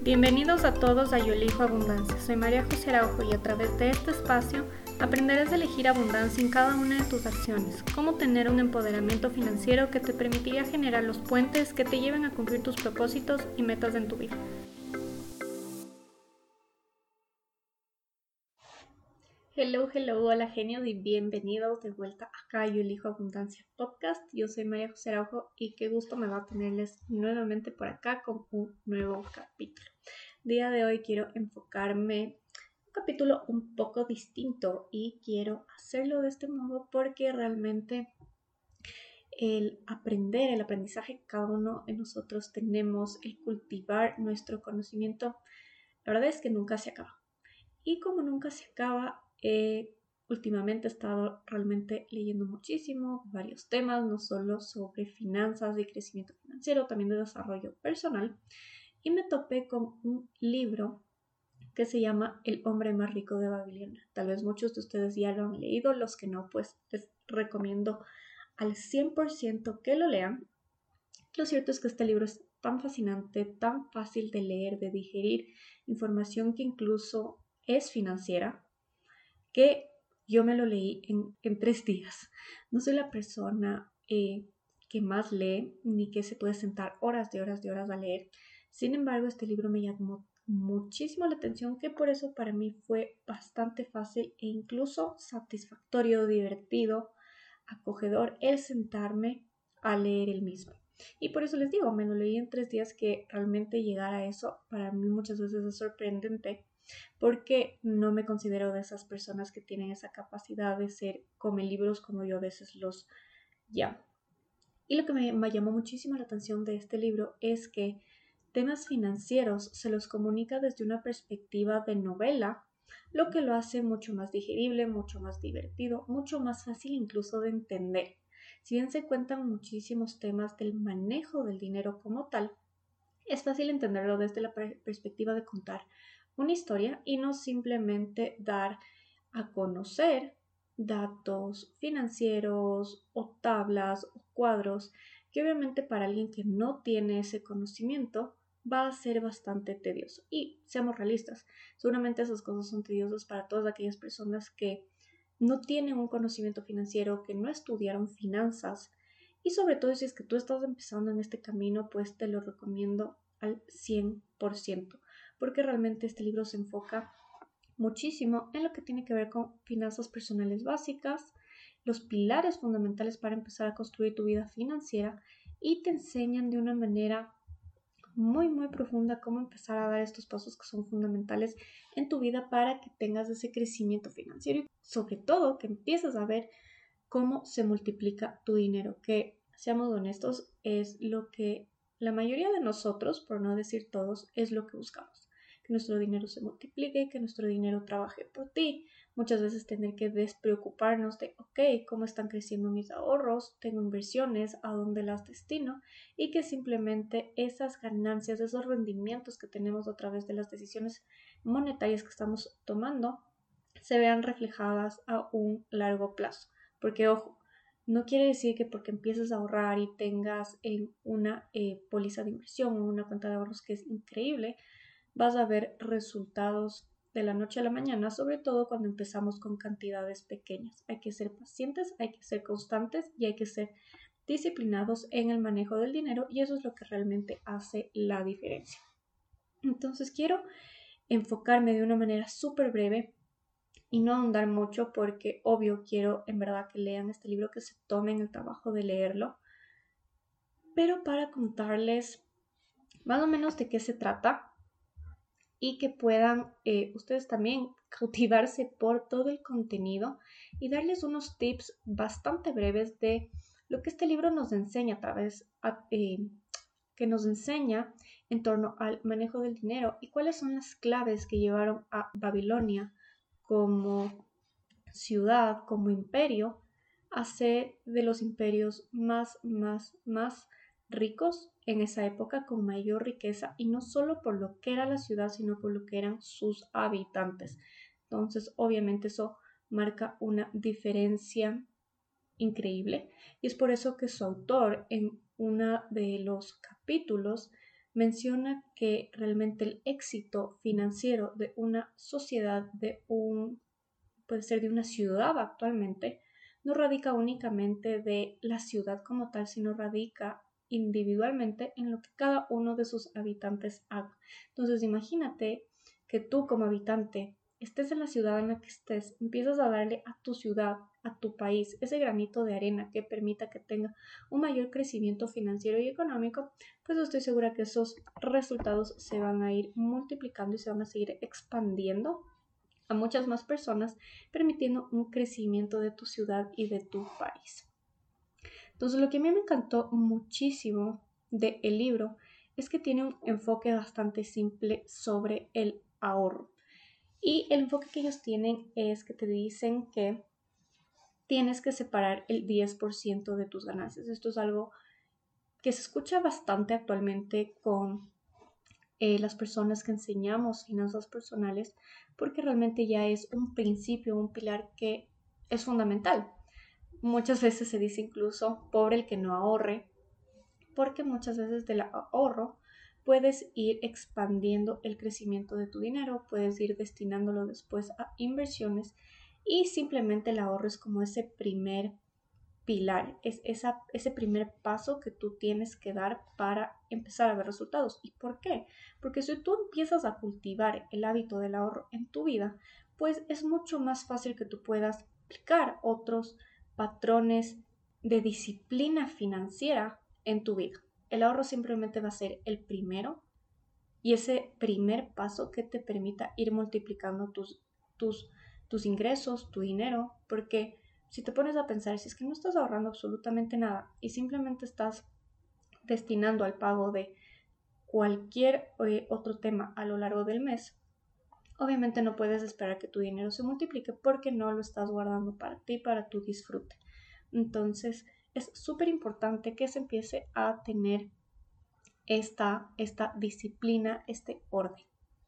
Bienvenidos a todos a Yo Elijo Abundancia. Soy María José Araujo y a través de este espacio aprenderás a elegir abundancia en cada una de tus acciones, cómo tener un empoderamiento financiero que te permitiría generar los puentes que te lleven a cumplir tus propósitos y metas en tu vida. Hello, hola genios y bienvenidos de vuelta acá a Yo Elijo Abundancia Podcast. Yo soy María José Araujo y qué gusto me va a tenerles nuevamente por acá con un nuevo capítulo. Día de hoy quiero enfocarme en un capítulo un poco distinto y quiero hacerlo de este modo porque realmente el aprendizaje que cada uno de nosotros tenemos, el cultivar nuestro conocimiento, la verdad es que nunca se acaba. Y como nunca se acaba, últimamente he estado realmente leyendo muchísimo varios temas, no solo sobre finanzas y crecimiento financiero, también de desarrollo personal. Y me topé con un libro que se llama El hombre más rico de Babilonia. Tal vez muchos de ustedes ya lo han leído, los que no, pues les recomiendo al 100% que lo lean. Lo cierto es que este libro es tan fascinante, tan fácil de leer, de digerir, información que incluso es financiera, que yo me lo leí en 3 días. No soy la persona que más lee, ni que se puede sentar horas a leer. Sin embargo, este libro me llamó muchísimo la atención, que por eso para mí fue bastante fácil e incluso satisfactorio, divertido, acogedor el sentarme a leer el mismo. Y por eso les digo, me lo leí en 3 días, que realmente llegar a eso para mí muchas veces es sorprendente, porque no me considero de esas personas que tienen esa capacidad de ser come libros como yo a veces los llamo. Y lo que me llamó muchísimo la atención de este libro es que temas financieros se los comunica desde una perspectiva de novela, lo que lo hace mucho más digerible, mucho más divertido, mucho más fácil incluso de entender. Si bien se cuentan muchísimos temas del manejo del dinero como tal, es fácil entenderlo desde la perspectiva de contar una historia y no simplemente dar a conocer datos financieros o tablas o cuadros que obviamente para alguien que no tiene ese conocimiento va a ser bastante tedioso. Y seamos realistas, seguramente esas cosas son tediosas para todas aquellas personas que no tienen un conocimiento financiero, que no estudiaron finanzas. Y sobre todo si es que tú estás empezando en este camino, pues te lo recomiendo al 100%, porque realmente este libro se enfoca muchísimo en lo que tiene que ver con finanzas personales básicas, los pilares fundamentales para empezar a construir tu vida financiera, y te enseñan de una manera muy profunda cómo empezar a dar estos pasos que son fundamentales en tu vida para que tengas ese crecimiento financiero y sobre todo que empieces a ver cómo se multiplica tu dinero, que seamos honestos es lo que la mayoría de nosotros, por no decir todos, es lo que buscamos. Que nuestro dinero se multiplique, que nuestro dinero trabaje por ti. Muchas veces tener que despreocuparnos de, ok, ¿cómo están creciendo mis ahorros? Tengo inversiones, ¿a dónde las destino? Y que simplemente esas ganancias, esos rendimientos que tenemos a través de las decisiones monetarias que estamos tomando, se vean reflejadas a un largo plazo. Porque, ojo, no quiere decir que porque empieces a ahorrar y tengas en una póliza de inversión o una cuenta de ahorros que es increíble, vas a ver resultados de la noche a la mañana, sobre todo cuando empezamos con cantidades pequeñas. Hay que ser pacientes, hay que ser constantes y hay que ser disciplinados en el manejo del dinero, y eso es lo que realmente hace la diferencia. Entonces quiero enfocarme de una manera súper breve y no ahondar mucho, porque obvio quiero en verdad que lean este libro, que se tomen el trabajo de leerlo, pero para contarles más o menos de qué se trata y que puedan ustedes también cautivarse por todo el contenido y darles unos tips bastante breves de lo que este libro nos enseña a través que nos enseña en torno al manejo del dinero y cuáles son las claves que llevaron a Babilonia como ciudad, como imperio, a ser de los imperios más ricos en esa época, con mayor riqueza, y no solo por lo que era la ciudad, sino por lo que eran sus habitantes. Entonces, obviamente eso marca una diferencia increíble, y es por eso que su autor en uno de los capítulos menciona que realmente el éxito financiero de una sociedad, puede ser de una ciudad actualmente, no radica únicamente de la ciudad como tal, sino radica individualmente en lo que cada uno de sus habitantes haga. Entonces, imagínate que tú como habitante estés en la ciudad en la que estés, empiezas a darle a tu ciudad, a tu país, ese granito de arena que permita que tenga un mayor crecimiento financiero y económico, pues estoy segura que esos resultados se van a ir multiplicando y se van a seguir expandiendo a muchas más personas, permitiendo un crecimiento de tu ciudad y de tu país. Entonces, lo que a mí me encantó muchísimo del libro es que tiene un enfoque bastante simple sobre el ahorro. Y el enfoque que ellos tienen es que te dicen que tienes que separar el 10% de tus ganancias. Esto es algo que se escucha bastante actualmente con las personas que enseñamos finanzas personales, porque realmente ya es un principio, un pilar que es fundamental. Muchas veces se dice incluso pobre el que no ahorre, porque muchas veces del ahorro puedes ir expandiendo el crecimiento de tu dinero, puedes ir destinándolo después a inversiones y simplemente el ahorro es como ese primer pilar, es ese primer paso que tú tienes que dar para empezar a ver resultados. ¿Y por qué? Porque si tú empiezas a cultivar el hábito del ahorro en tu vida, pues es mucho más fácil que tú puedas aplicar otros patrones de disciplina financiera en tu vida. El ahorro simplemente va a ser el primero y ese primer paso que te permita ir multiplicando tus ingresos, tu dinero, porque si te pones a pensar, si es que no estás ahorrando absolutamente nada y simplemente estás destinando al pago de cualquier otro tema a lo largo del mes, obviamente no puedes esperar que tu dinero se multiplique porque no lo estás guardando para ti, para tu disfrute. Entonces, es súper importante que se empiece a tener esta disciplina, este orden.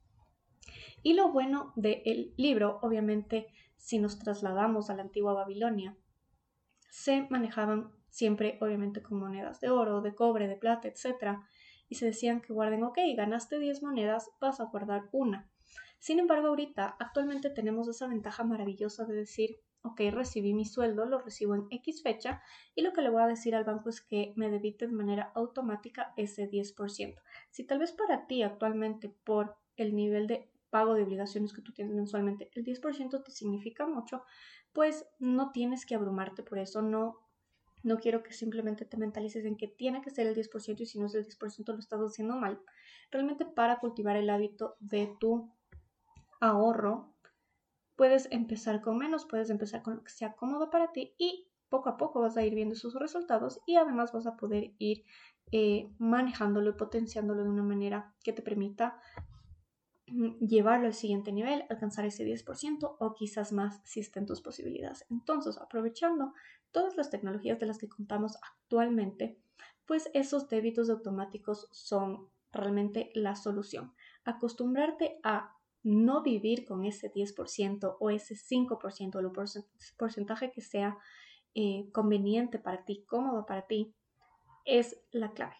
Y lo bueno del libro, obviamente, si nos trasladamos a la antigua Babilonia, se manejaban siempre, obviamente, con monedas de oro, de cobre, de plata, etc. Y se decían que guarden, ok, ganaste 10 monedas, vas a guardar una. Sin embargo, ahorita, actualmente tenemos esa ventaja maravillosa de decir, ok, recibí mi sueldo, lo recibo en X fecha y lo que le voy a decir al banco es que me debite de manera automática ese 10%. Si tal vez para ti actualmente por el nivel de pago de obligaciones que tú tienes mensualmente, el 10% te significa mucho, pues no tienes que abrumarte por eso, no quiero que simplemente te mentalices en que tiene que ser el 10% y si no es el 10% lo estás haciendo mal. Realmente para cultivar el hábito de tu ahorro, puedes empezar con menos, puedes empezar con lo que sea cómodo para ti y poco a poco vas a ir viendo sus resultados y además vas a poder ir manejándolo y potenciándolo de una manera que te permita llevarlo al siguiente nivel, alcanzar ese 10% o quizás más si está en tus posibilidades. Entonces, aprovechando todas las tecnologías de las que contamos actualmente, pues esos débitos automáticos son realmente la solución. Acostumbrarte a no vivir con ese 10% o ese 5% o el porcentaje que sea conveniente para ti, cómodo para ti, es la clave.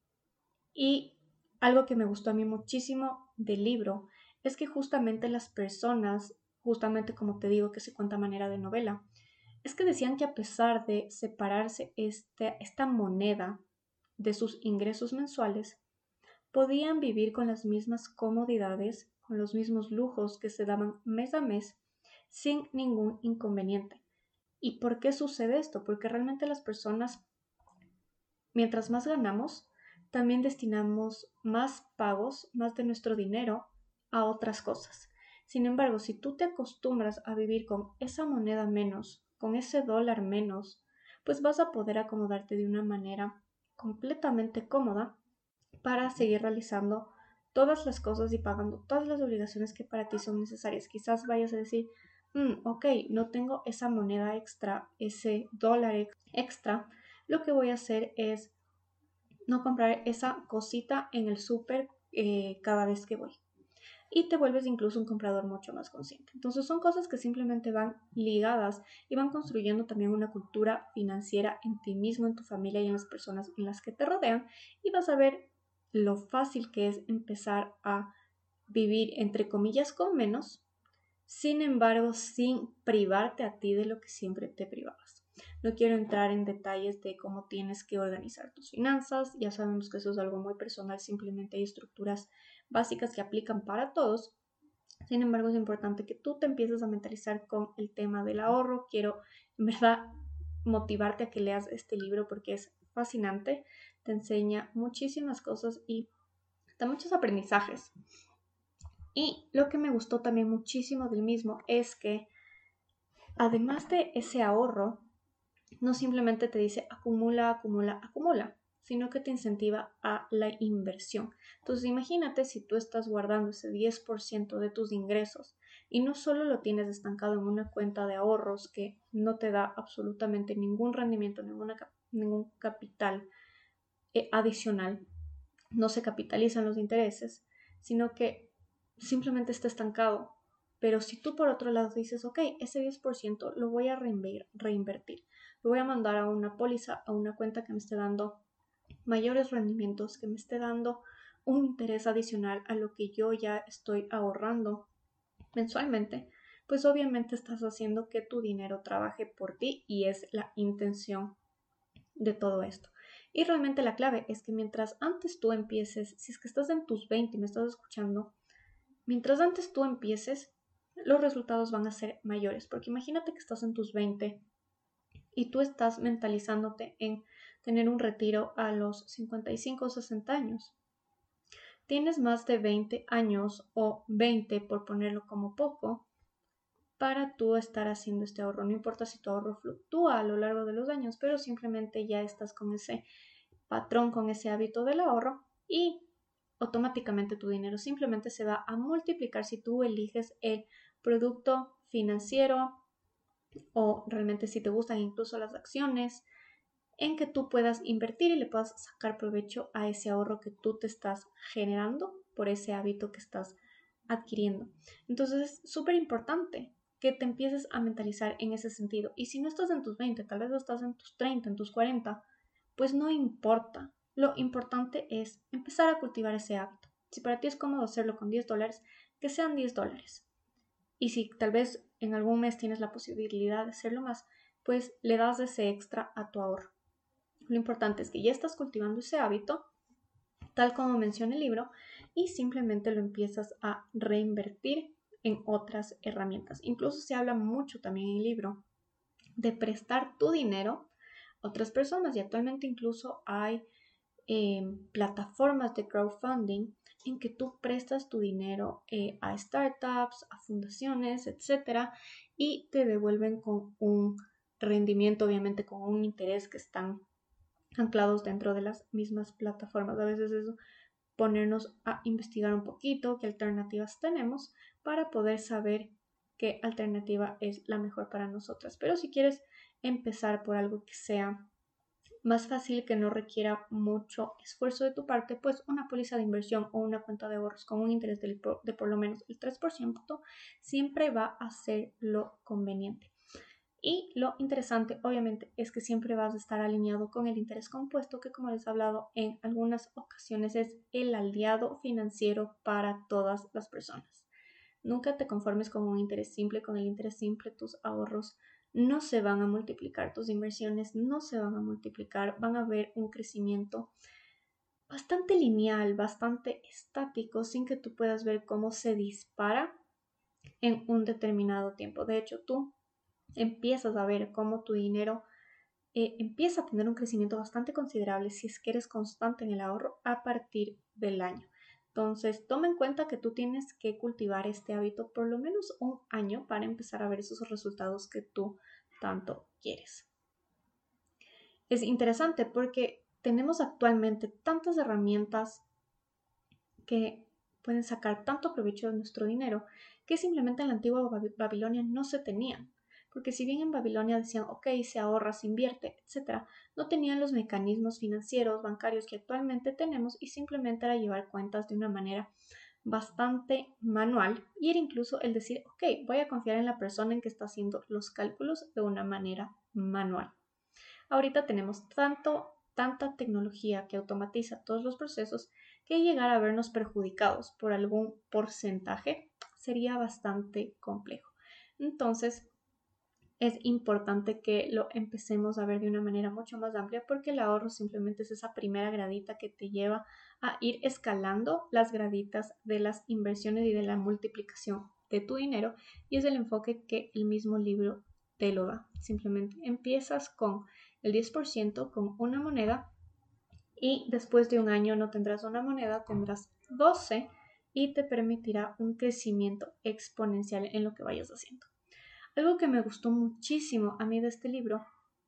Y algo que me gustó a mí muchísimo del libro es que justamente las personas, justamente como te digo que se cuenta a manera de novela, es que decían que a pesar de separarse esta moneda de sus ingresos mensuales, podían vivir con las mismas comodidades, con los mismos lujos que se daban mes a mes, sin ningún inconveniente. ¿Y por qué sucede esto? Porque realmente las personas, mientras más ganamos, también destinamos más pagos, más de nuestro dinero a otras cosas. Sin embargo, si tú te acostumbras a vivir con esa moneda menos, con ese dólar menos, pues vas a poder acomodarte de una manera completamente cómoda para seguir realizando todas las cosas y pagando todas las obligaciones que para ti son necesarias. Quizás vayas a decir, ok, no tengo esa moneda extra, ese dólar extra, lo que voy a hacer es no comprar esa cosita en el súper cada vez que voy. Y te vuelves incluso un comprador mucho más consciente. Entonces son cosas que simplemente van ligadas y van construyendo también una cultura financiera en ti mismo, en tu familia y en las personas en las que te rodean. Y vas a ver lo fácil que es empezar a vivir, entre comillas, con menos, sin embargo, sin privarte a ti de lo que siempre te privabas. No quiero entrar en detalles de cómo tienes que organizar tus finanzas, ya sabemos que eso es algo muy personal, simplemente hay estructuras básicas que aplican para todos. Sin embargo, es importante que tú te empieces a mentalizar con el tema del ahorro. Quiero, en verdad, motivarte a que leas este libro porque es fascinante, te enseña muchísimas cosas y da muchos aprendizajes. Y lo que me gustó también muchísimo del mismo es que, además de ese ahorro, no simplemente te dice acumula, acumula, acumula, sino que te incentiva a la inversión. Entonces imagínate si tú estás guardando ese 10% de tus ingresos y no solo lo tienes estancado en una cuenta de ahorros que no te da absolutamente ningún rendimiento, ningún capital adicional, no se capitalizan los intereses, sino que simplemente está estancado. Pero si tú por otro lado dices, ok, ese 10% lo voy a reinvertir, lo voy a mandar a una póliza, a una cuenta que me esté dando mayores rendimientos, que me esté dando un interés adicional a lo que yo ya estoy ahorrando mensualmente, pues obviamente estás haciendo que tu dinero trabaje por ti y es la intención de todo esto. Y realmente la clave es que mientras antes tú empieces, si es que estás en tus 20 y me estás escuchando, mientras antes tú empieces, los resultados van a ser mayores. Porque imagínate que estás en tus 20 y tú estás mentalizándote en tener un retiro a los 55 o 60 años. Tienes más de 20 años o 20 por ponerlo como poco para tú estar haciendo este ahorro. No importa si tu ahorro fluctúa a lo largo de los años, pero simplemente ya estás con ese patrón, con ese hábito del ahorro y automáticamente tu dinero simplemente se va a multiplicar si tú eliges el producto financiero o realmente si te gustan incluso las acciones en que tú puedas invertir y le puedas sacar provecho a ese ahorro que tú te estás generando por ese hábito que estás adquiriendo. Entonces es súper importante que te empieces a mentalizar en ese sentido. Y si no estás en tus 20, tal vez estás en tus 30, en tus 40, pues no importa. Lo importante es empezar a cultivar ese hábito. Si para ti es cómodo hacerlo con $10, que sean $10. Y si tal vez en algún mes tienes la posibilidad de hacerlo más, pues le das ese extra a tu ahorro. Lo importante es que ya estás cultivando ese hábito, tal como menciona el libro, y simplemente lo empiezas a reinvertir en otras herramientas. Incluso se habla mucho también en el libro de prestar tu dinero a otras personas y actualmente incluso hay plataformas de crowdfunding en que tú prestas tu dinero a startups, a fundaciones, etcétera, y te devuelven con un rendimiento, obviamente con un interés que están anclados dentro de las mismas plataformas. A veces eso ponernos a investigar un poquito qué alternativas tenemos para poder saber qué alternativa es la mejor para nosotras. Pero si quieres empezar por algo que sea más fácil, que no requiera mucho esfuerzo de tu parte, pues una póliza de inversión o una cuenta de ahorros con un interés de por lo menos el 3% siempre va a ser lo conveniente. Y lo interesante, obviamente, es que siempre vas a estar alineado con el interés compuesto, que como les he hablado en algunas ocasiones es el aliado financiero para todas las personas. Nunca te conformes con un interés simple. Con el interés simple tus ahorros no se van a multiplicar, tus inversiones no se van a multiplicar, van a haber un crecimiento bastante lineal, bastante estático, sin que tú puedas ver cómo se dispara en un determinado tiempo. De hecho, tú empiezas a ver cómo tu dinero empieza a tener un crecimiento bastante considerable si es que eres constante en el ahorro a partir del año. Entonces, toma en cuenta que tú tienes que cultivar este hábito por lo menos un año para empezar a ver esos resultados que tú tanto quieres. Es interesante porque tenemos actualmente tantas herramientas que pueden sacar tanto provecho de nuestro dinero que simplemente en la antigua Babilonia no se tenían. Porque si bien en Babilonia decían, ok, se ahorra, se invierte, etc., no tenían los mecanismos financieros, bancarios que actualmente tenemos y simplemente era llevar cuentas de una manera bastante manual y era incluso el decir, ok, voy a confiar en la persona en que está haciendo los cálculos de una manera manual. Ahorita tenemos tanta tecnología que automatiza todos los procesos que llegara a vernos perjudicados por algún porcentaje sería bastante complejo. Entonces, es importante que lo empecemos a ver de una manera mucho más amplia porque el ahorro simplemente es esa primera gradita que te lleva a ir escalando las graditas de las inversiones y de la multiplicación de tu dinero, y es el enfoque que el mismo libro te lo da. Simplemente empiezas con el 10% con una moneda y después de un año no tendrás una moneda, tendrás 12 y te permitirá un crecimiento exponencial en lo que vayas haciendo. Algo que me gustó muchísimo a mí de este libro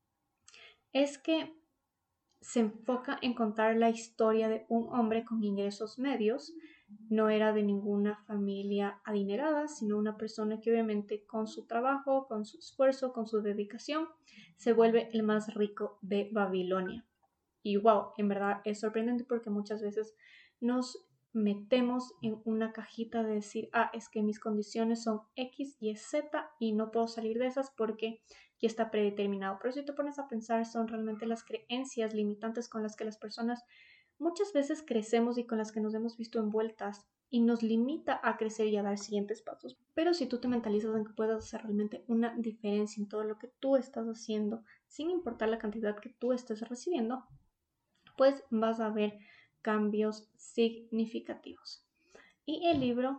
es que se enfoca en contar la historia de un hombre con ingresos medios. No era de ninguna familia adinerada, sino una persona que obviamente con su trabajo, con su esfuerzo, con su dedicación, se vuelve el más rico de Babilonia. Y wow, en verdad es sorprendente porque muchas veces nos metemos en una cajita de decir, es que mis condiciones son X, Y, Z y no puedo salir de esas porque ya está predeterminado. Pero si te pones a pensar, son realmente las creencias limitantes con las que las personas muchas veces crecemos y con las que nos hemos visto envueltas y nos limita a crecer y a dar siguientes pasos. Pero si tú te mentalizas en que puedes hacer realmente una diferencia en todo lo que tú estás haciendo, sin importar la cantidad que tú estés recibiendo, pues vas a ver cambios significativos. Y el libro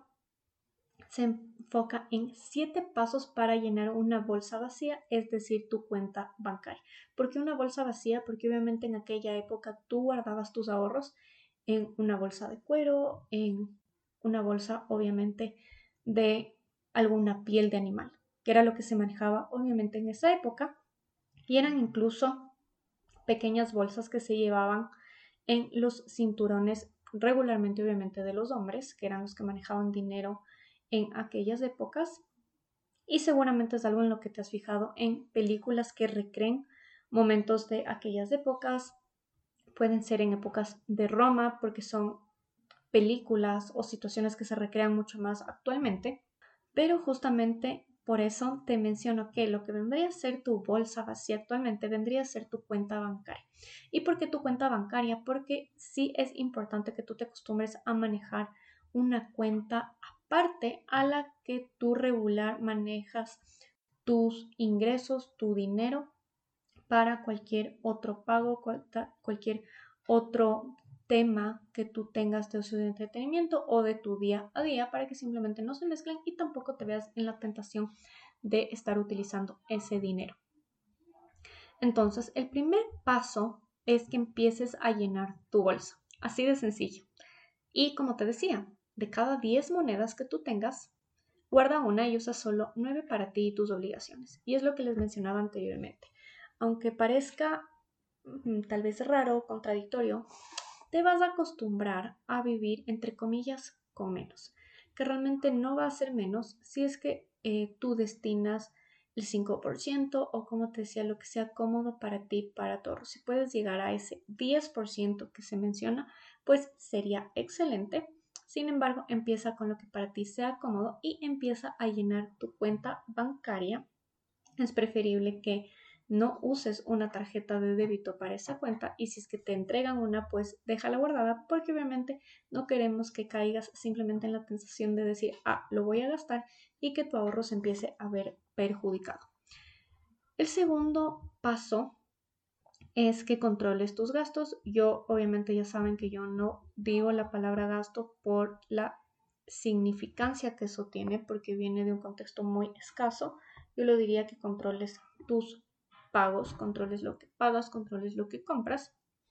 se enfoca en 7 pasos para llenar una bolsa vacía, es decir, tu cuenta bancaria. ¿Por qué una bolsa vacía? Porque obviamente en aquella época tú guardabas tus ahorros en una bolsa de cuero, en una bolsa obviamente de alguna piel de animal, que era lo que se manejaba obviamente en esa época, y eran incluso pequeñas bolsas que se llevaban en los cinturones regularmente obviamente de los hombres, que eran los que manejaban dinero en aquellas épocas, y seguramente es algo en lo que te has fijado en películas que recreen momentos de aquellas épocas. Pueden ser en épocas de Roma porque son películas o situaciones que se recrean mucho más actualmente, pero justamente por eso te menciono que lo que vendría a ser tu bolsa vacía actualmente vendría a ser tu cuenta bancaria. ¿Y por qué tu cuenta bancaria? Porque sí es importante que tú te acostumbres a manejar una cuenta aparte a la que tú regular manejas tus ingresos, tu dinero para cualquier otro pago, cualquier otro tema que tú tengas de ocio de entretenimiento o de tu día a día, para que simplemente no se mezclen y tampoco te veas en la tentación de estar utilizando ese dinero. Entonces, el primer paso es que empieces a llenar tu bolsa, así de sencillo. Y como te decía, de cada 10 monedas que tú tengas, guarda una y usa solo 9 para ti y tus obligaciones. Y es lo que les mencionaba anteriormente. Aunque parezca tal vez raro o contradictorio, te vas a acostumbrar a vivir, entre comillas, con menos, que realmente no va a ser menos si es que tú destinas el 5% o, como te decía, lo que sea cómodo para ti, para tu ahorro. Si puedes llegar a ese 10% que se menciona, pues sería excelente. Sin embargo, empieza con lo que para ti sea cómodo y empieza a llenar tu cuenta bancaria. Es preferible que no uses una tarjeta de débito para esa cuenta, y si es que te entregan una, pues déjala guardada porque obviamente no queremos que caigas simplemente en la tentación de decir, lo voy a gastar y que tu ahorro se empiece a ver perjudicado. El segundo paso es que controles tus gastos. Yo obviamente ya saben que yo no digo la palabra gasto por la significancia que eso tiene, porque viene de un contexto muy escaso. Yo lo diría que controles tus pagos, controles lo que pagas, controles lo que compras.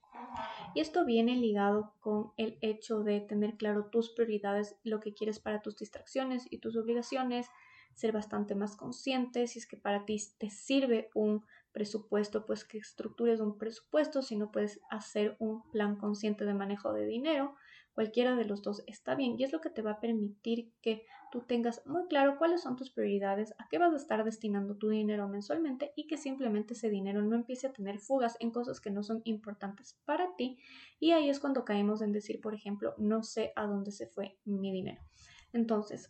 Y esto viene ligado con el hecho de tener claro tus prioridades, lo que quieres para tus distracciones y tus obligaciones, ser bastante más consciente. Si es que para ti te sirve un presupuesto, pues que estructures un presupuesto. Si no, puedes hacer un plan consciente de manejo de dinero. Cualquiera de los dos está bien, y es lo que te va a permitir que tú tengas muy claro cuáles son tus prioridades, a qué vas a estar destinando tu dinero mensualmente, y que simplemente ese dinero no empiece a tener fugas en cosas que no son importantes para ti. Y ahí es cuando caemos en decir, por ejemplo, no sé a dónde se fue mi dinero. Entonces,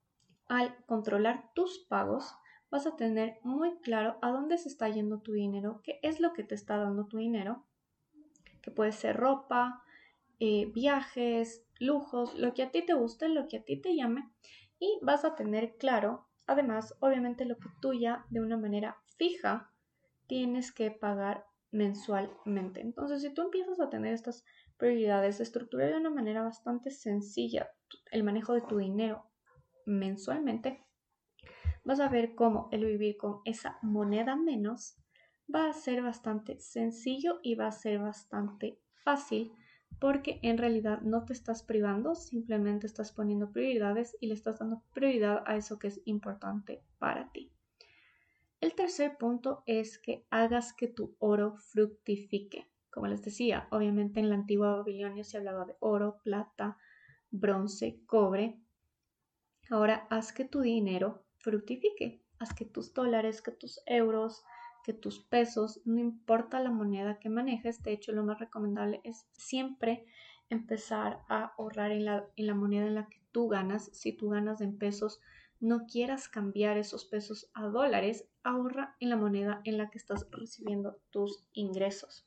al controlar tus pagos, vas a tener muy claro a dónde se está yendo tu dinero, qué es lo que te está dando tu dinero, que puede ser ropa, viajes, lujos, lo que a ti te guste, lo que a ti te llame, y vas a tener claro, además, obviamente lo que tú ya de una manera fija tienes que pagar mensualmente. Entonces, si tú empiezas a tener estas prioridades, estructurar de una manera bastante sencilla el manejo de tu dinero mensualmente, vas a ver cómo el vivir con esa moneda menos va a ser bastante sencillo y va a ser bastante fácil porque en realidad no te estás privando, simplemente estás poniendo prioridades y le estás dando prioridad a eso que es importante para ti. El tercer punto es que hagas que tu oro fructifique. Como les decía, obviamente en la antigua Babilonia se hablaba de oro, plata, bronce, cobre. Ahora haz que tu dinero fructifique. Haz que tus dólares, que tus euros, que tus pesos, no importa la moneda que manejes. De hecho, lo más recomendable es siempre empezar a ahorrar en la moneda en la que tú ganas. Si tú ganas en pesos, no quieras cambiar esos pesos a dólares. Ahorra en la moneda en la que estás recibiendo tus ingresos.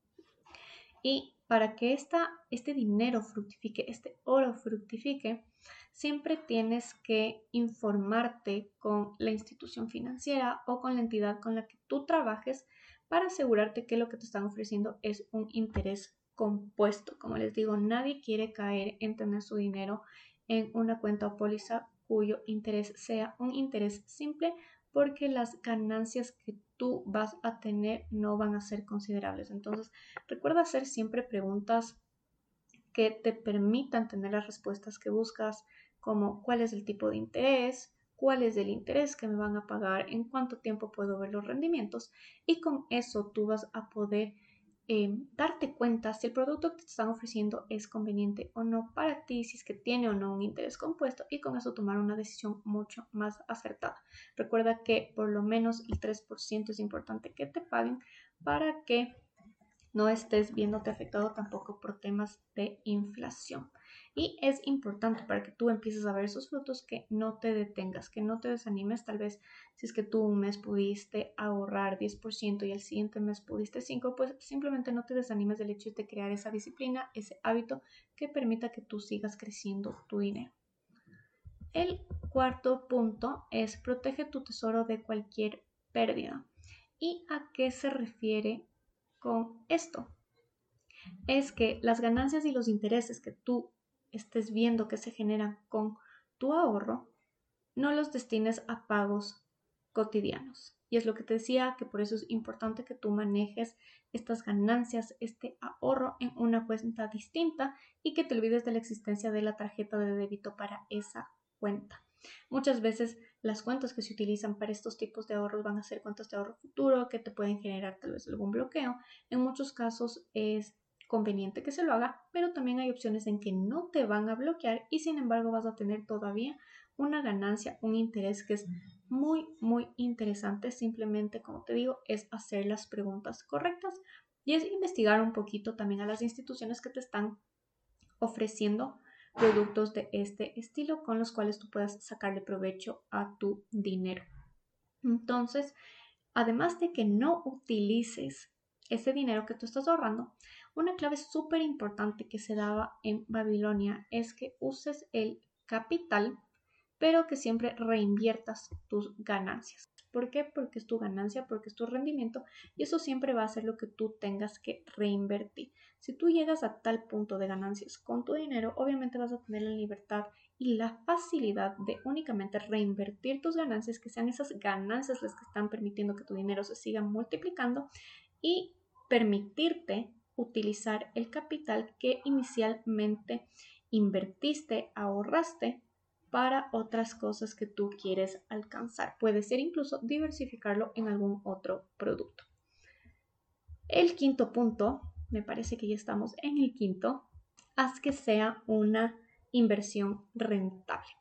Y para que este dinero fructifique, este oro fructifique, siempre tienes que informarte con la institución financiera o con la entidad con la que tú trabajes para asegurarte que lo que te están ofreciendo es un interés compuesto. Como les digo, nadie quiere caer en tener su dinero en una cuenta o póliza cuyo interés sea un interés simple porque las ganancias que tú vas a tener no van a ser considerables. Entonces, recuerda hacer siempre preguntas que te permitan tener las respuestas que buscas, como cuál es el tipo de interés, cuál es el interés que me van a pagar, en cuánto tiempo puedo ver los rendimientos, y con eso tú vas a poder darte cuenta si el producto que te están ofreciendo es conveniente o no para ti, si es que tiene o no un interés compuesto, y con eso tomar una decisión mucho más acertada. Recuerda que por lo menos el 3% es importante que te paguen para que no estés viéndote afectado tampoco por temas de inflación. Y es importante para que tú empieces a ver esos frutos que no te detengas, que no te desanimes. Tal vez si es que tú un mes pudiste ahorrar 10% y el siguiente mes pudiste 5%, pues simplemente no te desanimes del hecho de crear esa disciplina, ese hábito que permita que tú sigas creciendo tu dinero. El cuarto punto es protege tu tesoro de cualquier pérdida. ¿Y a qué se refiere con esto? Es que las ganancias y los intereses que tú estés viendo que se generan con tu ahorro, no los destines a pagos cotidianos. Y es lo que te decía, que por eso es importante que tú manejes estas ganancias, este ahorro en una cuenta distinta y que te olvides de la existencia de la tarjeta de débito para esa cuenta. Muchas veces las cuentas que se utilizan para estos tipos de ahorros van a ser cuentas de ahorro futuro que te pueden generar tal vez algún bloqueo. En muchos casos es conveniente que se lo haga, pero también hay opciones en que no te van a bloquear y sin embargo vas a tener todavía una ganancia, un interés que es muy, muy interesante. Simplemente, como te digo, es hacer las preguntas correctas y es investigar un poquito también a las instituciones que te están ofreciendo productos de este estilo con los cuales tú puedas sacarle provecho a tu dinero. Entonces, además de que no utilices ese dinero que tú estás ahorrando, una clave súper importante que se daba en Babilonia es que uses el capital, pero que siempre reinviertas tus ganancias. ¿Por qué? Porque es tu ganancia, porque es tu rendimiento y eso siempre va a ser lo que tú tengas que reinvertir. Si tú llegas a tal punto de ganancias con tu dinero, obviamente vas a tener la libertad y la facilidad de únicamente reinvertir tus ganancias, que sean esas ganancias las que están permitiendo que tu dinero se siga multiplicando y permitirte utilizar el capital que inicialmente invertiste, ahorraste para otras cosas que tú quieres alcanzar. Puede ser incluso diversificarlo en algún otro producto. El quinto punto, me parece que ya estamos en el quinto, haz que sea una inversión rentable.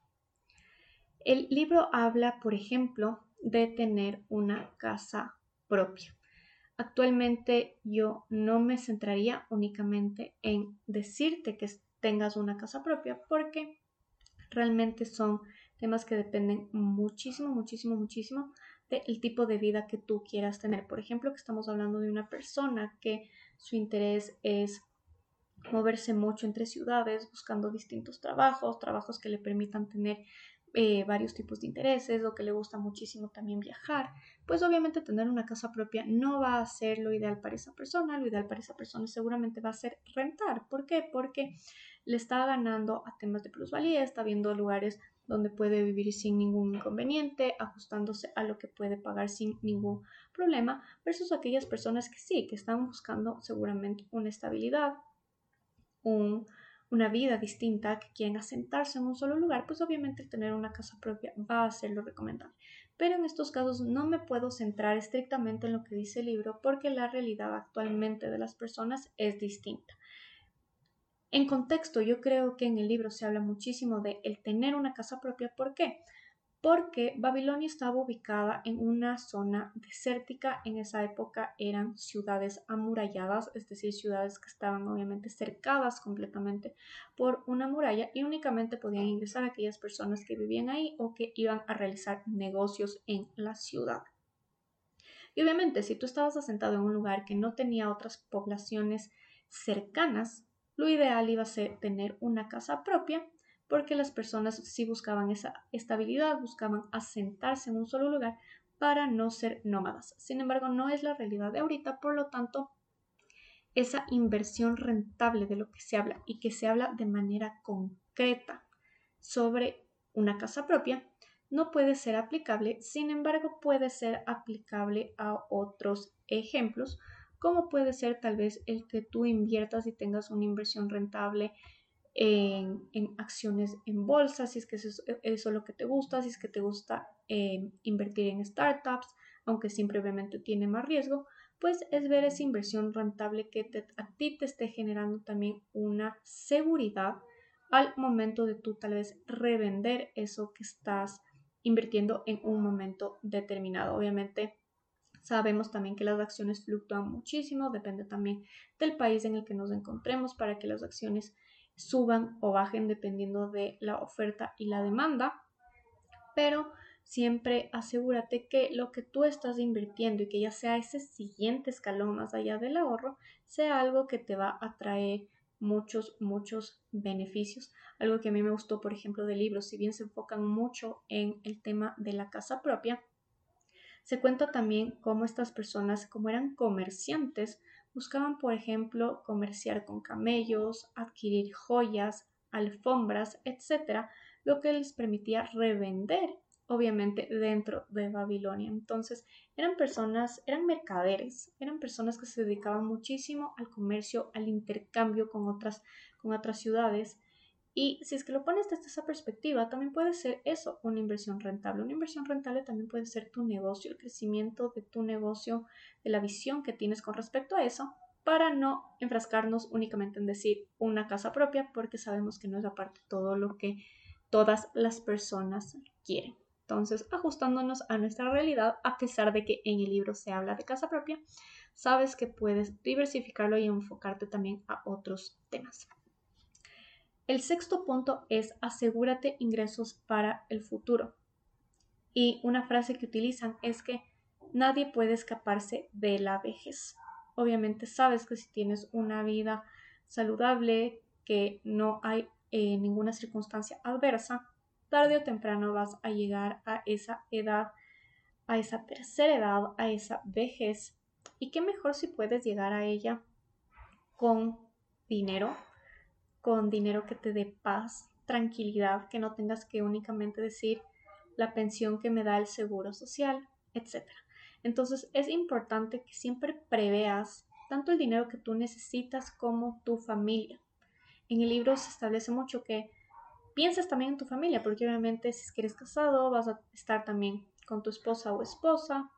El libro habla, por ejemplo, de tener una casa propia. Actualmente yo no me centraría únicamente en decirte que tengas una casa propia porque realmente son temas que dependen muchísimo, muchísimo, muchísimo del tipo de vida que tú quieras tener. Por ejemplo, que estamos hablando de una persona que su interés es moverse mucho entre ciudades, buscando distintos trabajos que le permitan tener varios tipos de intereses o que le gusta muchísimo también viajar, pues obviamente tener una casa propia no va a ser lo ideal para esa persona. Lo ideal para esa persona seguramente va a ser rentar. ¿Por qué? Porque le está ganando a temas de plusvalía, está viendo lugares donde puede vivir sin ningún inconveniente, ajustándose a lo que puede pagar sin ningún problema, versus aquellas personas que sí, que están buscando seguramente una estabilidad, una vida distinta, que quieren asentarse en un solo lugar, pues obviamente el tener una casa propia va a ser lo recomendable. Pero en estos casos no me puedo centrar estrictamente en lo que dice el libro porque la realidad actualmente de las personas es distinta. En contexto, yo creo que en el libro se habla muchísimo de el tener una casa propia. ¿Por qué? Porque Babilonia estaba ubicada en una zona desértica. En esa época eran ciudades amuralladas, es decir, ciudades que estaban obviamente cercadas completamente por una muralla y únicamente podían ingresar aquellas personas que vivían ahí o que iban a realizar negocios en la ciudad. Y obviamente, si tú estabas asentado en un lugar que no tenía otras poblaciones cercanas, lo ideal iba a ser tener una casa propia, porque las personas sí buscaban esa estabilidad, buscaban asentarse en un solo lugar para no ser nómadas. Sin embargo, no es la realidad de ahorita, por lo tanto, esa inversión rentable de lo que se habla y que se habla de manera concreta sobre una casa propia no puede ser aplicable. Sin embargo, puede ser aplicable a otros ejemplos, como puede ser tal vez el que tú inviertas y tengas una inversión rentable en acciones en bolsa, si es que eso es lo que te gusta, si es que te gusta invertir en startups, aunque siempre obviamente tiene más riesgo, pues es ver esa inversión rentable que a ti te esté generando también una seguridad al momento de tú tal vez revender eso que estás invirtiendo en un momento determinado. Obviamente sabemos también que las acciones fluctúan muchísimo, depende también del país en el que nos encontremos para que las acciones suban o bajen dependiendo de la oferta y la demanda, pero siempre asegúrate que lo que tú estás invirtiendo y que ya sea ese siguiente escalón más allá del ahorro, sea algo que te va a traer muchos beneficios. Algo que a mí me gustó, por ejemplo, del libro, si bien se enfocan mucho en el tema de la casa propia, se cuenta también cómo estas personas, como eran comerciantes, buscaban, por ejemplo, comerciar con camellos, adquirir joyas, alfombras, etcétera, lo que les permitía revender, obviamente, dentro de Babilonia. Entonces, eran mercaderes, eran personas que se dedicaban muchísimo al comercio, al intercambio con otras ciudades. Y si es que lo pones desde esa perspectiva, también puede ser eso, una inversión rentable. Una inversión rentable también puede ser tu negocio, el crecimiento de tu negocio, de la visión que tienes con respecto a eso, para no enfrascarnos únicamente en decir una casa propia, porque sabemos que no es aparte todo lo que todas las personas quieren. Entonces, ajustándonos a nuestra realidad, a pesar de que en el libro se habla de casa propia, sabes que puedes diversificarlo y enfocarte también a otros temas. El sexto punto es asegúrate ingresos para el futuro. Y una frase que utilizan es que nadie puede escaparse de la vejez. Obviamente sabes que si tienes una vida saludable, que no hay ninguna circunstancia adversa, tarde o temprano vas a llegar a esa edad, a esa tercera edad, a esa vejez. Y qué mejor si puedes llegar a ella con dinero, que te dé paz, tranquilidad, que no tengas que únicamente decir la pensión que me da el seguro social, etc. Entonces es importante que siempre preveas tanto el dinero que tú necesitas como tu familia. En el libro se establece mucho que pienses también en tu familia, porque obviamente si es que eres casado vas a estar también con tu esposa o esposa,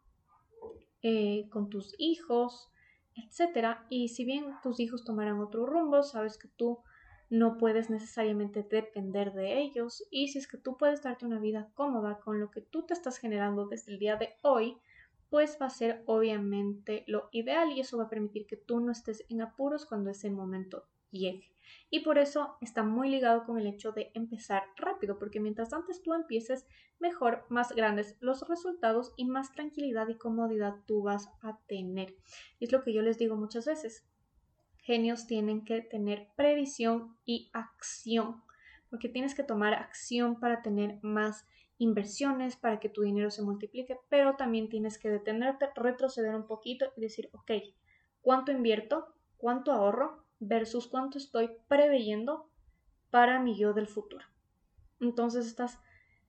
con tus hijos, etcétera. Y si bien tus hijos tomarán otro rumbo, sabes que tú no puedes necesariamente depender de ellos. Y si es que tú puedes darte una vida cómoda con lo que tú te estás generando desde el día de hoy, pues va a ser obviamente lo ideal y eso va a permitir que tú no estés en apuros cuando ese momento llegue. Y por eso está muy ligado con el hecho de empezar rápido, porque mientras antes tú empieces, mejor, más grandes los resultados y más tranquilidad y comodidad tú vas a tener. Y es lo que yo les digo muchas veces. genios tienen que tener previsión y acción, porque tienes que tomar acción para tener más inversiones, para que tu dinero se multiplique, pero también tienes que detenerte, retroceder un poquito y decir, ok, ¿cuánto invierto? ¿Cuánto ahorro? Versus cuánto estoy preveyendo para mi yo del futuro. Entonces estás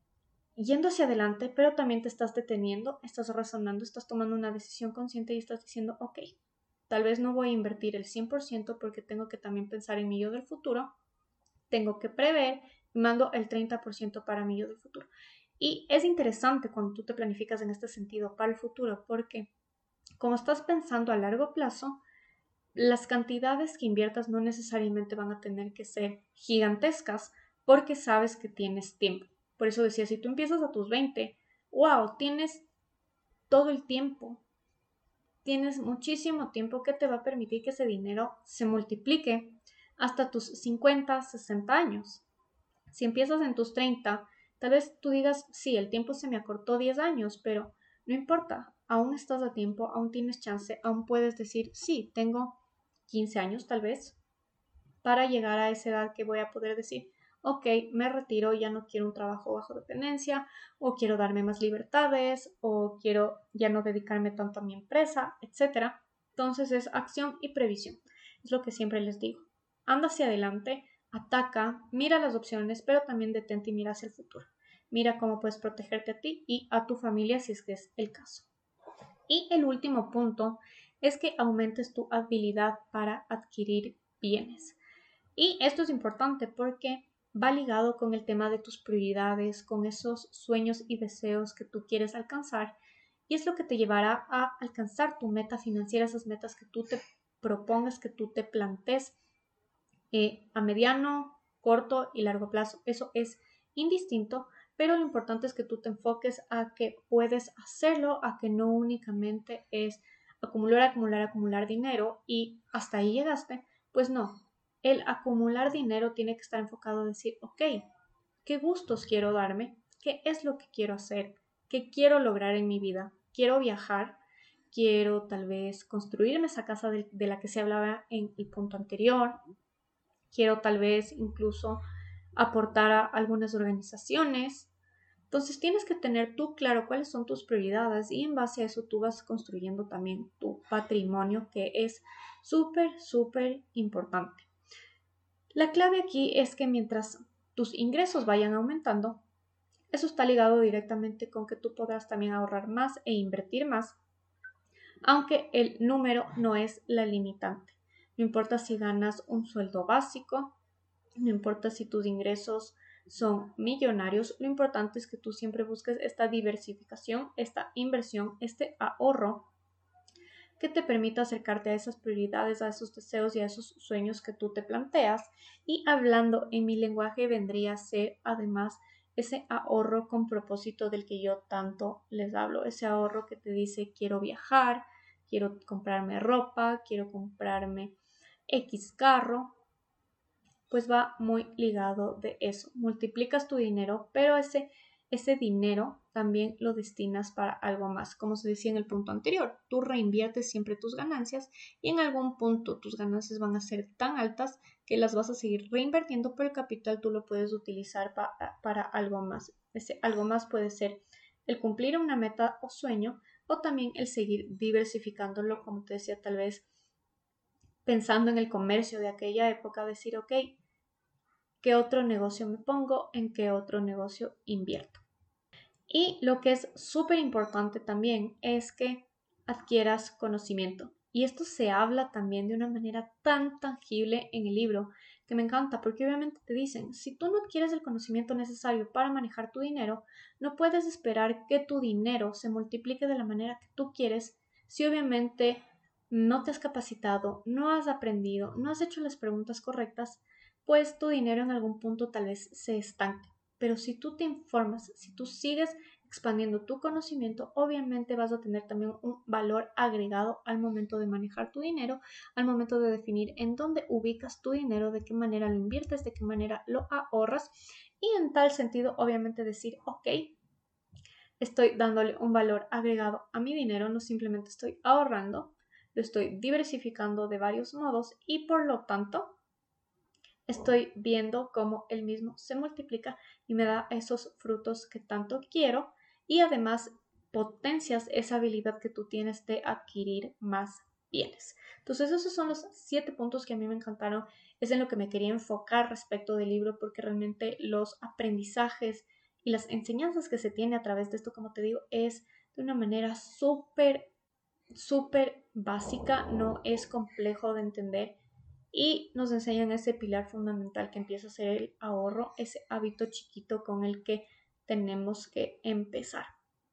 yendo hacia adelante, pero también te estás deteniendo, estás razonando, estás tomando una decisión consciente y estás diciendo, ok, tal vez no voy a invertir el 100% porque tengo que también pensar en mi yo del futuro, tengo que prever y mando el 30% para mi yo del futuro. Y es interesante cuando tú te planificas en este sentido para el futuro porque como estás pensando a largo plazo, las cantidades que inviertas no necesariamente van a tener que ser gigantescas porque sabes que tienes tiempo. Por eso decía, si tú empiezas a tus 20, wow, tienes todo el tiempo, tienes muchísimo tiempo que te va a permitir que ese dinero se multiplique hasta tus 50, 60 años. Si empiezas en tus 30, tal vez tú digas, sí, el tiempo se me acortó 10 años, pero no importa, aún estás a tiempo, aún tienes chance, aún puedes decir, sí, tengo 15 años tal vez, para llegar a esa edad que voy a poder decir, ok, me retiro, ya no quiero un trabajo bajo dependencia, o quiero darme más libertades, o quiero ya no dedicarme tanto a mi empresa, etc. Entonces es acción y previsión. Es lo que siempre les digo. Anda hacia adelante, ataca, mira las opciones, pero también detente y mira hacia el futuro. Mira cómo puedes protegerte a ti y a tu familia si es que es el caso. Y el último punto es que aumentes tu habilidad para adquirir bienes. Y esto es importante porque va ligado con el tema de tus prioridades, con esos sueños y deseos que tú quieres alcanzar. Y es lo que te llevará a alcanzar tu meta financiera, esas metas que tú te propongas, que tú te plantes a mediano, corto y largo plazo. Eso es indistinto, pero lo importante es que tú te enfoques a que puedes hacerlo, a que no únicamente es acumular, acumular, acumular dinero y hasta ahí llegaste. Pues no, el acumular dinero tiene que estar enfocado a decir, ok, ¿qué gustos quiero darme? ¿Qué es lo que quiero hacer? ¿Qué quiero lograr en mi vida? ¿Quiero viajar? Quiero tal vez construirme esa casa de la que se hablaba en el punto anterior. Quiero tal vez incluso aportar a algunas organizaciones. Entonces tienes que tener tú claro cuáles son tus prioridades y en base a eso tú vas construyendo también tu patrimonio, que es súper, súper importante. La clave aquí es que mientras tus ingresos vayan aumentando, eso está ligado directamente con que tú podrás también ahorrar más e invertir más, aunque el número no es la limitante. No importa si ganas un sueldo básico, no importa si tus ingresos son millonarios, lo importante es que tú siempre busques esta diversificación, esta inversión, este ahorro que te permita acercarte a esas prioridades, a esos deseos y a esos sueños que tú te planteas. Y hablando en mi lenguaje vendría a ser además ese ahorro con propósito del que yo tanto les hablo, ese ahorro que te dice quiero viajar, quiero comprarme ropa, quiero comprarme X carro, pues va muy ligado de eso. Multiplicas tu dinero, pero ese dinero también lo destinas para algo más. Como se decía en el punto anterior, tú reinviertes siempre tus ganancias y en algún punto tus ganancias van a ser tan altas que las vas a seguir reinvirtiendo, pero el capital tú lo puedes utilizar para algo más. Ese algo más puede ser el cumplir una meta o sueño o también el seguir diversificándolo, como te decía, tal vez pensando en el comercio de aquella época, decir, ok, ¿qué otro negocio me pongo? ¿En qué otro negocio invierto? Y lo que es súper importante también es que adquieras conocimiento. Y esto se habla también de una manera tan tangible en el libro que me encanta porque obviamente te dicen, si tú no adquieres el conocimiento necesario para manejar tu dinero, no puedes esperar que tu dinero se multiplique de la manera que tú quieres si obviamente no te has capacitado, no has aprendido, no has hecho las preguntas correctas, pues tu dinero en algún punto tal vez se estanque. Pero si tú te informas, si tú sigues expandiendo tu conocimiento, obviamente vas a tener también un valor agregado al momento de manejar tu dinero, al momento de definir en dónde ubicas tu dinero, de qué manera lo inviertes, de qué manera lo ahorras y en tal sentido, obviamente decir, ok, estoy dándole un valor agregado a mi dinero, no simplemente estoy ahorrando, lo estoy diversificando de varios modos y por lo tanto estoy viendo cómo el mismo se multiplica y me da esos frutos que tanto quiero y además potencias esa habilidad que tú tienes de adquirir más bienes. Entonces esos son los 7 puntos que a mí me encantaron. Es en lo que me quería enfocar respecto del libro porque realmente los aprendizajes y las enseñanzas que se tiene a través de esto, como te digo, es de una manera súper básica, no es complejo de entender y nos enseñan ese pilar fundamental que empieza a ser el ahorro, ese hábito chiquito con el que tenemos que empezar.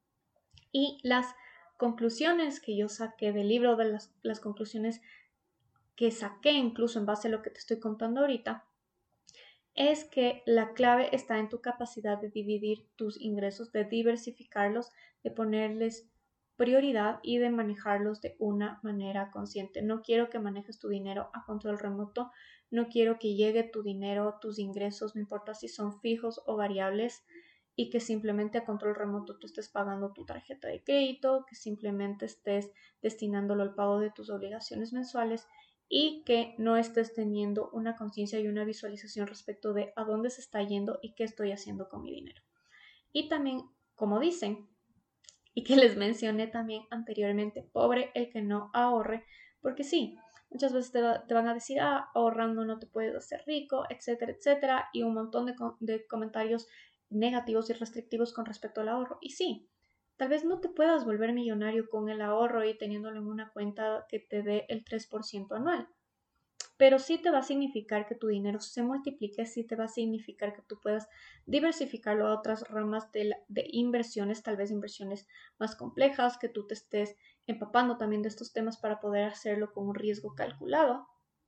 Y las conclusiones que yo saqué del libro, de las conclusiones que saqué incluso en base a lo que te estoy contando ahorita, es que la clave está en tu capacidad de dividir tus ingresos, de diversificarlos, de ponerles prioridad y de manejarlos de una manera consciente. No quiero que manejes tu dinero a control remoto, no quiero que llegue tu dinero, tus ingresos, no importa si son fijos o variables, y que simplemente a control remoto tú estés pagando tu tarjeta de crédito, que simplemente estés destinándolo al pago de tus obligaciones mensuales y que no estés teniendo una conciencia y una visualización respecto de a dónde se está yendo y qué estoy haciendo con mi dinero. Y también, como dicen, y que les mencioné también anteriormente, pobre el que no ahorre, porque sí, muchas veces te van a decir, ahorrando no te puedes hacer rico, etcétera, etcétera, y un montón de comentarios negativos y restrictivos con respecto al ahorro. Y sí, tal vez no te puedas volver millonario con el ahorro y teniéndolo en una cuenta que te dé el 3% anual. Pero sí te va a significar que tu dinero se multiplique, sí te va a significar que tú puedas diversificarlo a otras ramas de inversiones, tal vez inversiones más complejas, que tú te estés empapando también de estos temas para poder hacerlo con un riesgo calculado.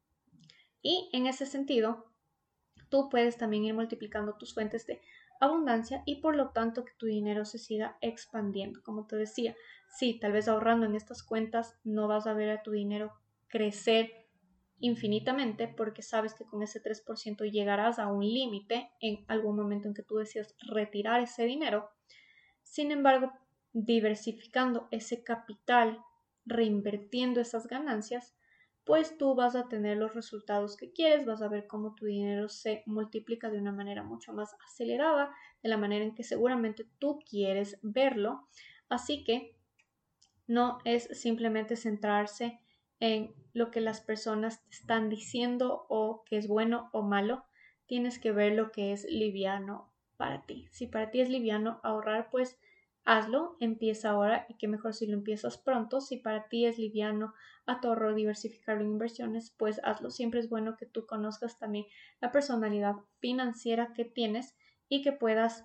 Y en ese sentido, tú puedes también ir multiplicando tus fuentes de abundancia y por lo tanto que tu dinero se siga expandiendo. Como te decía, sí, tal vez ahorrando en estas cuentas no vas a ver a tu dinero crecer infinitamente porque sabes que con ese 3% llegarás a un límite en algún momento en que tú decidas retirar ese dinero. Sin embargo, diversificando ese capital, reinvirtiendo esas ganancias, pues tú vas a tener los resultados que quieres, vas a ver cómo tu dinero se multiplica de una manera mucho más acelerada, de la manera en que seguramente tú quieres verlo. Así que no es simplemente centrarse en lo que las personas te están diciendo o que es bueno o malo. Tienes que ver lo que es liviano para ti. Si para ti es liviano ahorrar, pues hazlo, empieza ahora y qué mejor si lo empiezas pronto. Si para ti es liviano a tu ahorro diversificarlo en inversiones, pues hazlo. Siempre es bueno que tú conozcas también la personalidad financiera que tienes y que puedas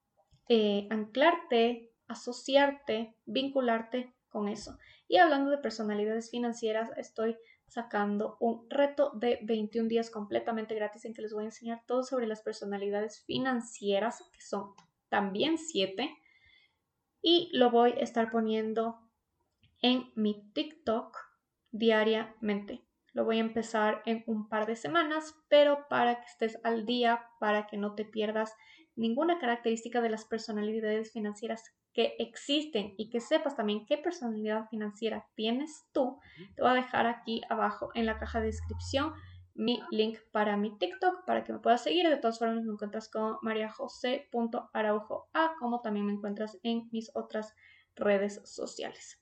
anclarte, asociarte, vincularte con eso. Y hablando de personalidades financieras, estoy sacando un reto de 21 días completamente gratis en que les voy a enseñar todo sobre las personalidades financieras, que son también 7, y lo voy a estar poniendo en mi TikTok diariamente. Lo voy a empezar en un par de semanas, pero para que estés al día, para que no te pierdas ninguna característica de las personalidades financieras que existen y que sepas también qué personalidad financiera tienes tú, te voy a dejar aquí abajo en la caja de descripción mi link para mi TikTok para que me puedas seguir. De todas formas me encuentras como mariajose.araujoa, como también me encuentras en mis otras redes sociales.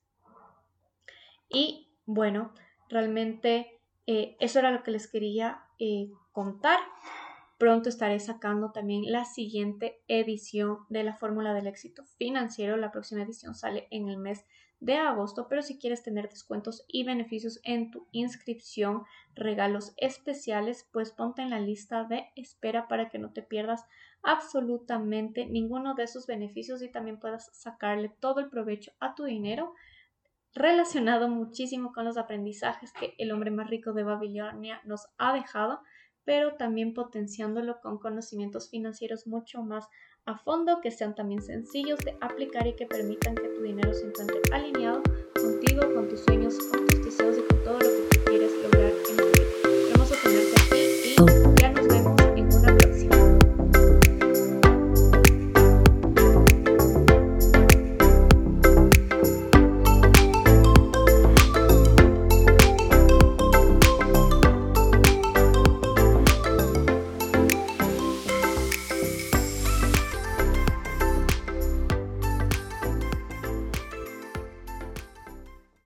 Y bueno, realmente eso era lo que les quería contar. Pronto estaré sacando también la siguiente edición de la Fórmula del Éxito Financiero. La próxima edición sale en el mes de agosto, pero si quieres tener descuentos y beneficios en tu inscripción, regalos especiales, pues ponte en la lista de espera para que no te pierdas absolutamente ninguno de esos beneficios y también puedas sacarle todo el provecho a tu dinero, relacionado muchísimo con los aprendizajes que el hombre más rico de Babilonia nos ha dejado, pero también potenciándolo con conocimientos financieros mucho más a fondo, que sean también sencillos de aplicar y que permitan que tu dinero se encuentre alineado contigo, con tus sueños, con tus deseos y con todo lo que tú quieres lograr en tu vida. Hermoso tenerte aquí y ya nos